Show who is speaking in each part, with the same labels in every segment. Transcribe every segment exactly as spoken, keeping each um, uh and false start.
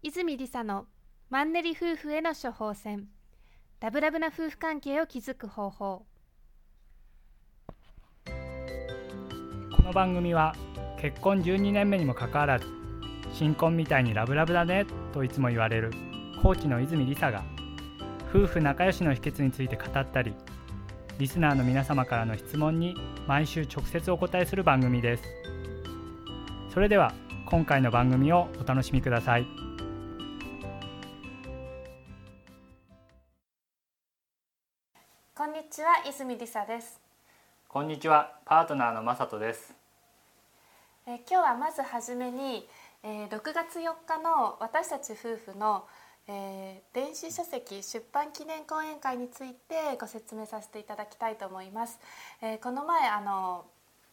Speaker 1: 泉理沙のマンネリ夫婦への処方箋。ラブラブな夫婦関係を築く方法。
Speaker 2: この番組は結婚じゅうにねんめにもかかわらず新婚みたいにラブラブだねといつも言われるコーチの泉理沙が夫婦仲良しの秘訣について語ったり、リスナーの皆様からの質問に毎週直接お答えする番組です。それでは今回の番組をお楽しみください。
Speaker 1: こんにちは、泉理沙です。
Speaker 2: こんにちは、パートナーの正人です。
Speaker 1: えー、今日はまずはじめに、えー、ろくがつよっかの私たち夫婦の、えー、電子書籍出版記念講演会についてご説明させていただきたいと思います。えー、この前あの、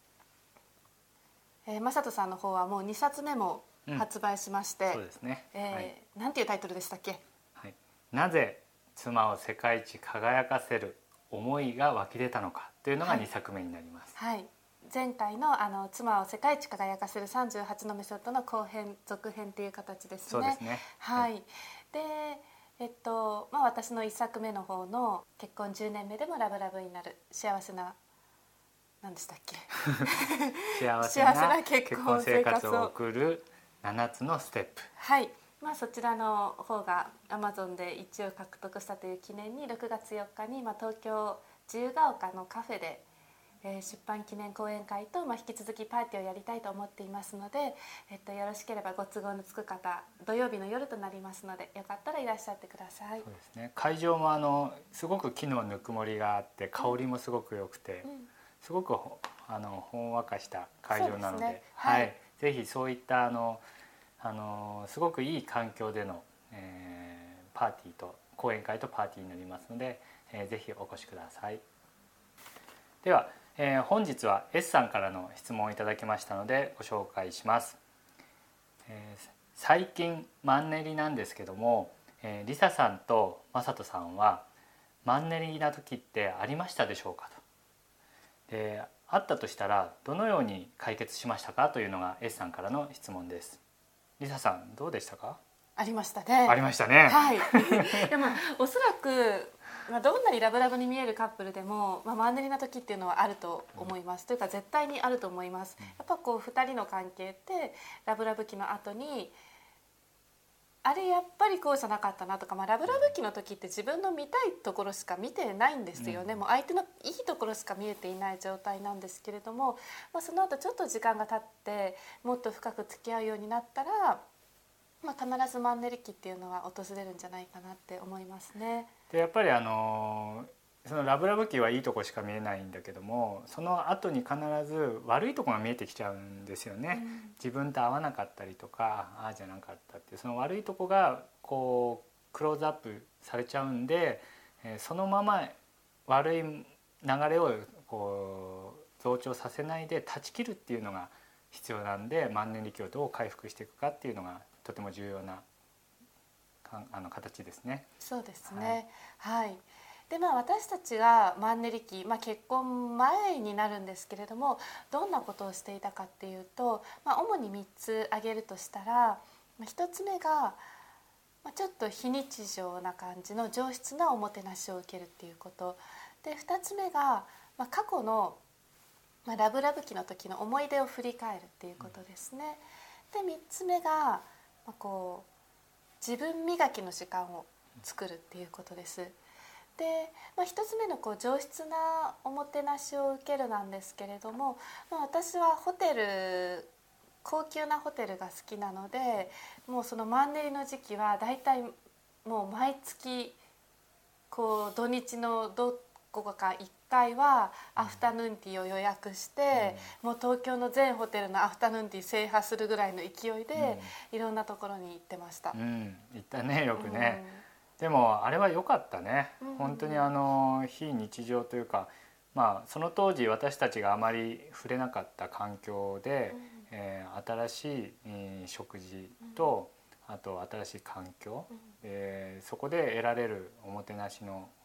Speaker 1: えー、正人さんの方はもうにさつめも発売しまして、うん、
Speaker 2: そうですね、
Speaker 1: えーはい、なんていうタイトルでしたっけ？
Speaker 2: はい、なぜ妻を世界一輝かせる思いが湧き出たのかというのがにさくめになります。
Speaker 1: はいはい、前回 の, あの妻を世界一輝かせるさんじゅうはちのメソッドの後編続編という形ですね。
Speaker 2: そうですね、
Speaker 1: はい、はい、でえっとまあ、私のいっさくめの方の結婚じゅうねんめでもラブラブになる幸せな何でしたっけ
Speaker 2: 幸せな結婚生活を送るななつのステップ。
Speaker 1: はい、まあ、そちらの方が Amazon でいちいを獲得したという記念にろくがつよっかに、まあ、東京自由が丘のカフェで、えー、出版記念講演会と、まあ、引き続きパーティーをやりたいと思っていますので、えっと、よろしければご都合のつく方、土曜日の夜となりますのでよかったらいらっしゃってください。
Speaker 2: そうですね、会場もあのすごく木のぬくもりがあって香りもすごく良くて、うん、すごくあのほんわかした会場なの で, で、ねはいはい、ぜひそういったあのあのすごくいい環境での、えー、パーティーと講演会とパーティーになりますので、えー、ぜひお越しください。では、えー、本日は S さんからの質問をいただきましたのでご紹介します。えー、最近マンネリなんですけども、えー、理沙さんと正人さんはマンネリな時ってありましたでしょうかと。であったとしたらどのように解決しましたかというのが S さんからの質問です。理沙さんどうでしたか？
Speaker 1: ありましたね。
Speaker 2: ありましたね。
Speaker 1: はい。でもおそらく、まあ、どんなにラブラブに見えるカップルでも、まあ、マンネリな時っていうのはあると思います、うん、というか絶対にあると思います。やっぱこうふたりの関係ってラブラブ期の後にあれやっぱりこうじゃなかったなとか、まあ、ラブラブ期の時って自分の見たいところしか見てないんですよね、うん、もう相手のいいところしか見えていない状態なんですけれども、まあ、その後ちょっと時間が経ってもっと深く付き合うようになったら、まあ、必ずマンネリ期っていうのは訪れるんじゃないかなって思いますね。
Speaker 2: でやっぱりあのそのラブラブ期はいいとこしか見えないんだけども、その後に必ず悪いとこが見えてきちゃうんですよね、うん、自分と合わなかったりとかああじゃなかったっていうその悪いとこがこうクローズアップされちゃうんで、えー、そのまま悪い流れをこう増長させないで断ち切るっていうのが必要なんで、マンネリ期をどう回復していくかっていうのがとても重要なあの形ですね。
Speaker 1: そうですね、はい、はい。でまあ、私たちがマンネリ期、まあ、結婚前になるんですけれどもどんなことをしていたかっていうと、まあ、主にみっつ挙げるとしたら、まあ、ひとつめが、まあ、ちょっと非日常な感じの上質なおもてなしを受けるっていうことで、ふたつめが、まあ、過去の、まあ、ラブラブ期の時の思い出を振り返るっていうことですね。でみっつめが、まあ、こう自分磨きの時間を作るっていうことです。で、まあ、ひとつめのこう上質なおもてなしを受けるなんですけれども、まあ、私はホテル高級なホテルが好きなので、もうそのマンネリの時期はだいたいもう毎月こう土日のどこかいっかいはアフタヌーンティーを予約して、うん、もう東京の全ホテルのアフタヌーンティー制覇するぐらいの勢いで、うん、いろんなところに行ってました。
Speaker 2: うん、行ったねよくね、うん、でもあれは良かったね、うん、本当にあの非日常というか、まあ、その当時私たちがあまり触れなかった環境で、うんえー、新しい、えー、食事と、うん、あと新しい環境、うんえー、そこで得られるおもてなしの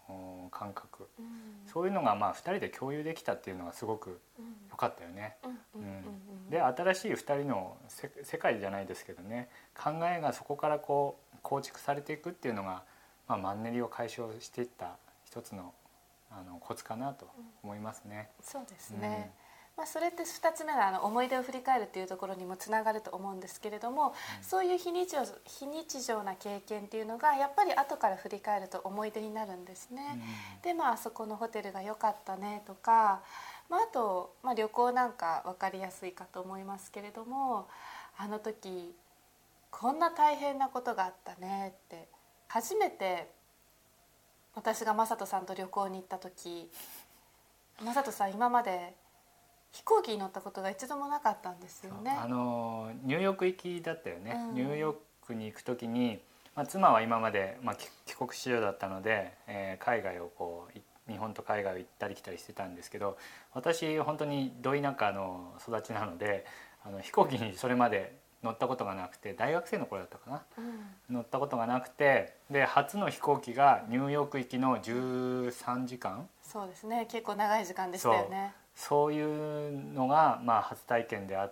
Speaker 2: 感覚、
Speaker 1: うん、
Speaker 2: そういうのがまあふたりで共有できたっていうのがすごく良かったよね。で新しいふたりの世界じゃないですけどね、考えがそこからこう構築されていくっていうのが、まあ、マンネリを解消していった一つのあのコツかなと思いますね。
Speaker 1: うん、そうですね、うん、まあ、それってふたつめのあの思い出を振り返るっていうところにもつながると思うんですけれども、うん、そういう非日常、非日常な経験っていうのがやっぱり後から振り返ると思い出になるんですね。うん、でまあそこのホテルが良かったねとか、まあ、あと、まあ、旅行なんか分かりやすいかと思いますけれども、あの時こんな大変なことがあったねって、初めて私が正人さんと旅行に行った時、正人さん今まで飛行機に乗ったことが一度もなかったんですよね。
Speaker 2: あのニューヨーク行きだったよね、うん、ニューヨークに行く時に、まあ、妻は今まで、まあ、帰国子女だったので、えー、海外をこう日本と海外を行ったり来たりしてたんですけど、私本当にど田舎の育ちなので、あの飛行機にそれまで乗ったことがなくて、大学生の頃だったかな、うん、乗ったことがなくて、で初の飛行機がニューヨーク行きのじゅうさんじかん、
Speaker 1: そうですね、結構長い時間でしたよね。
Speaker 2: そう、そういうのがまあ初体験であって、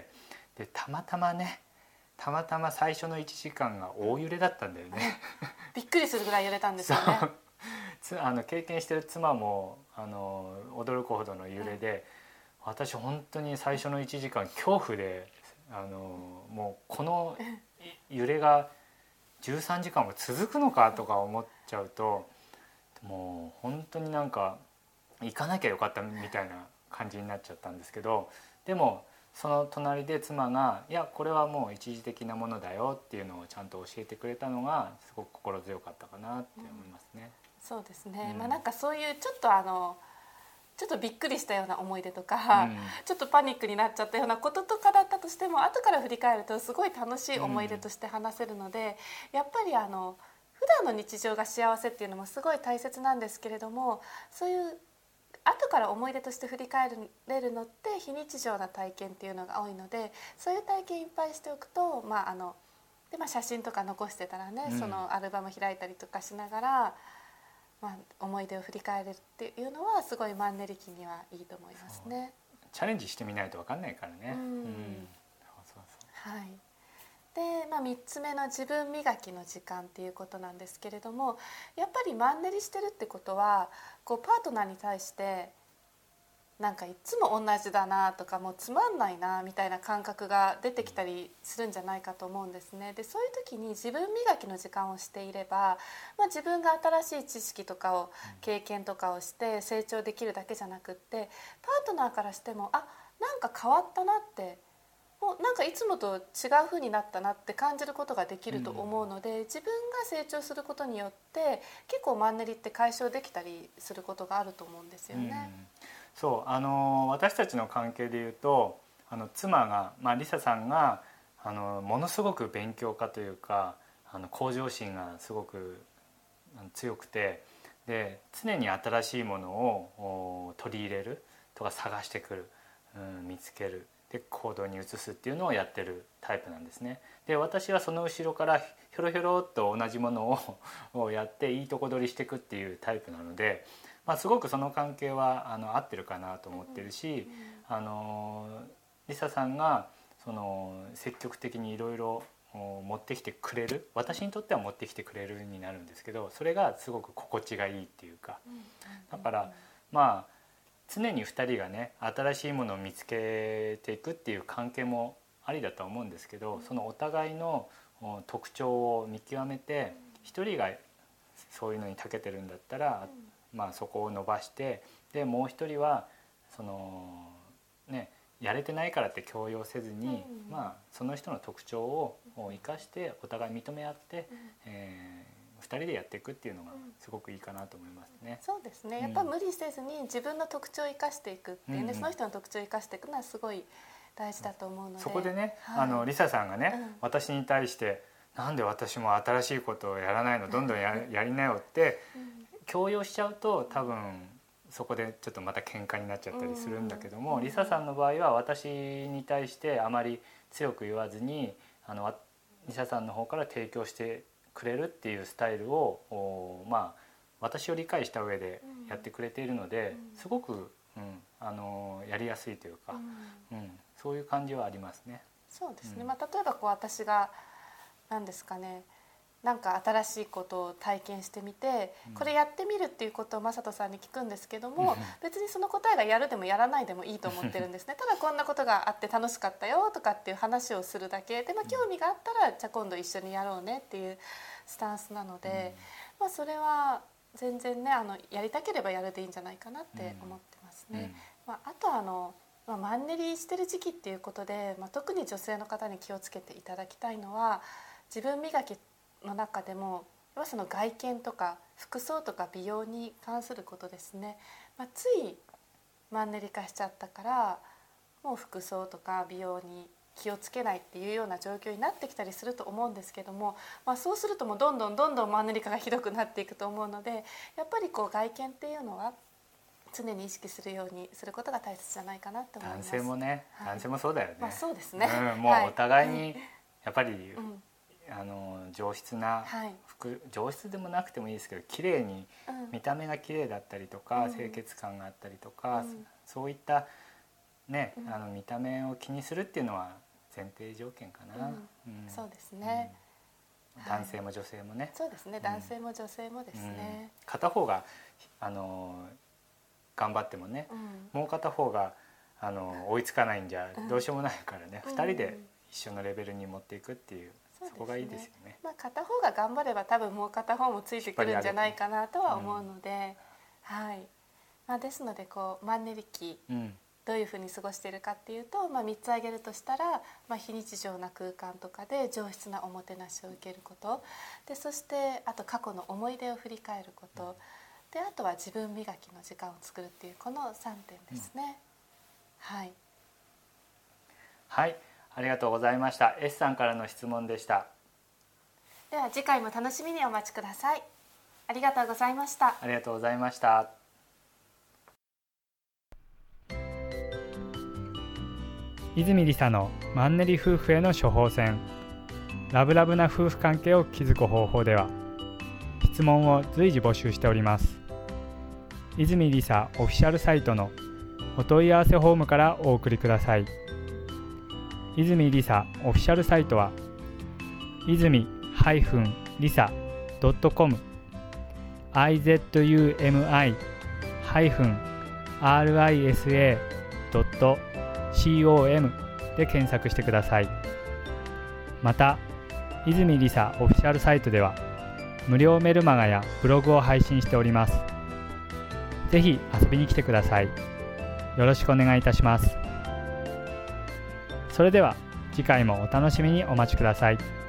Speaker 2: でたまたまねたまたま最初のいちじかんが大揺れだったんだよね
Speaker 1: びっくりするぐらい揺れたんですよね。
Speaker 2: あの経験してる妻もあの驚くほどの揺れで、うん、私本当に最初のいちじかん恐怖で、あのもうこの揺れがじゅうさんじかんも続くのかとか思っちゃうと、もう本当になんか行かなきゃよかったみたいな感じになっちゃったんですけど、でもその隣で妻がいやこれはもう一時的なものだよっていうのをちゃんと教えてくれたのがすごく心強かったかなって思いますね。
Speaker 1: うん、そうですね、うん、まあなんかそういうちょっとあのちょっとびっくりしたような思い出とか、うん、ちょっとパニックになっちゃったようなこととかだったとしても、後から振り返るとすごい楽しい思い出として話せるので、うん、やっぱりあの普段の日常が幸せっていうのもすごい大切なんですけれども、そういう後から思い出として振り返れるのって非日常な体験っていうのが多いので、そういう体験いっぱいしておくと、まああのでまあ、写真とか残してたらね、うん、そのアルバム開いたりとかしながら、まあ、思い出を振り返れるっていうのはすごいマンネリ期にはいいと思いますね。
Speaker 2: チャレンジしてみないと分かんないからね。うん、うん、
Speaker 1: そうそうそう、はい。で、まあ、みっつめの自分磨きの時間っていうことなんですけれども、やっぱりマンネリしてるってことはこうパートナーに対してなんかいつも同じだなとか、もうつまんないなみたいな感覚が出てきたりするんじゃないかと思うんですね。でそういう時に自分磨きの時間をしていれば、まあ、自分が新しい知識とかを経験とかをして成長できるだけじゃなくって、パートナーからしてもあなんか変わったなって、もうなんかいつもと違う風になったなって感じることができると思うので、自分が成長することによって結構マンネリって解消できたりすることがあると思うんですよね。うん、
Speaker 2: そうあの私たちの関係でいうと、あの妻が、まあ、リサさんがあのものすごく勉強家というか、あの向上心がすごく強くて、で常に新しいものを取り入れるとか探してくる、うん、見つける、で行動に移すっていうのをやってるタイプなんですね。で私はその後ろからひょろひょろっと同じものをやっていいとこ取りしていくっていうタイプなので、まあ、すごくその関係はあの合ってるかなと思ってるし、あのリサさんがその積極的にいろいろ持ってきてくれる、私にとっては持ってきてくれるになるんですけど、それがすごく心地がいいっていうか、だからまあ常にふたりがね新しいものを見つけていくっていう関係もありだとは思うんですけど、そのお互いの特徴を見極めて、ひとりがそういうのに長けてるんだったら、まあ、そこを伸ばして、でもう一人はそのねやれてないからって強要せずに、うん、まあその人の特徴を生かしてお互い認め合って、うん、えー、ふたりでやっていくっていうのがすごくいいかなと思いますね。
Speaker 1: うん、そうですね、やっぱ無理せずに自分の特徴を生かしていくっていうね、うんうん、その人の特徴を生かしていくのはすごい大事だと思うので、
Speaker 2: そこでね、はい、あのリサさんがね、うん、私に対してなんで私も新しいことをやらないの、どんどん や, やりなよって強要しちゃうと、多分そこでちょっとまた喧嘩になっちゃったりするんだけども、リサさんの場合は私に対してあまり強く言わずに、あのリサさんの方から提供してくれるっていうスタイルをまあ私を理解した上でやってくれているので、
Speaker 1: うん、
Speaker 2: すごく、うん、あのやりやすいというか、うんうん、そういう感じはありますね。
Speaker 1: そうですね、
Speaker 2: うん、
Speaker 1: まあ、例えばこう私が何ですかね、なんか新しいことを体験してみて、うん、これやってみるっていうことを正人さんに聞くんですけども、うん、別にその答えがやるでもやらないでもいいと思ってるんですね。ただこんなことがあって楽しかったよとかっていう話をするだけで、まあ、興味があったらじゃあ今度一緒にやろうねっていうスタンスなので、うん、まあ、それは全然ね、あのやりたければやるでいいんじゃないかなって思ってますね。うん、まあ、あとはあの、まあ、マンネリしてる時期っていうことで、まあ、特に女性の方に気をつけていただきたいのは、自分磨きの中でもやっぱその外見とか服装とか美容に関することですね。まあ、ついマンネリ化しちゃったからもう服装とか美容に気をつけないっていうような状況になってきたりすると思うんですけども、まあ、そうするともうどんどんどんどんマンネリ化がひどくなっていくと思うので、やっぱりこう外見っていうのは常に意識するようにすることが大切じゃないかなと思います。
Speaker 2: 男性もね、はい、男性もそうだよね。
Speaker 1: まあ、そうですね、
Speaker 2: うん、もうお互いにやっぱり、
Speaker 1: うん、
Speaker 2: あの上質な服、はい、上質でもなくてもいいですけど、綺麗に、うん、見た目が綺麗だったりとか、うん、清潔感があったりとか、うん、そういったね、うん、あの見た目を気にするっていうのは前提条件かな。うんうん、
Speaker 1: そうですね、
Speaker 2: うん、男性も女性もね、はい、
Speaker 1: そうですね、男性も女性もですね、
Speaker 2: うん、片方があの頑張ってもね、うん、もう片方があの追いつかないんじゃどうしようもないからね、うん、ふたりで一緒のレベルに持っていくっていう、そこがいいですよね。
Speaker 1: まあ、片方が頑張れば多分もう片方もついてくるんじゃないかなとは思うので、うん、はい、まあ、ですのでこうマンネリ期、うん、どういうふうに過ごしているかっていうと、まあ、みっつ挙げるとしたら、まあ、非日常な空間とかで上質なおもてなしを受けることで、そしてあと過去の思い出を振り返ることで、あとは自分磨きの時間を作るっていうこのさんてんですね、うん、はい、
Speaker 2: はい、ありがとうございました。 S さんからの質問でした。
Speaker 1: では次回も楽しみにお待ちください。ありがとうございました。
Speaker 2: ありがとうございました。泉理沙のマンネリ夫婦への処方箋。ラブラブな夫婦関係を築く方法では、質問を随時募集しております。泉理沙オフィシャルサイトのお問い合わせフォームからお送りください。泉理沙オフィシャルサイトは泉リサドットコム アイゼットユーエムアイ アールアイエスエー ドット コム で検索してください。また、泉理沙オフィシャルサイトでは無料メルマガやブログを配信しております。ぜひ遊びに来てください。よろしくお願いいたします。それでは次回もお楽しみにお待ちください。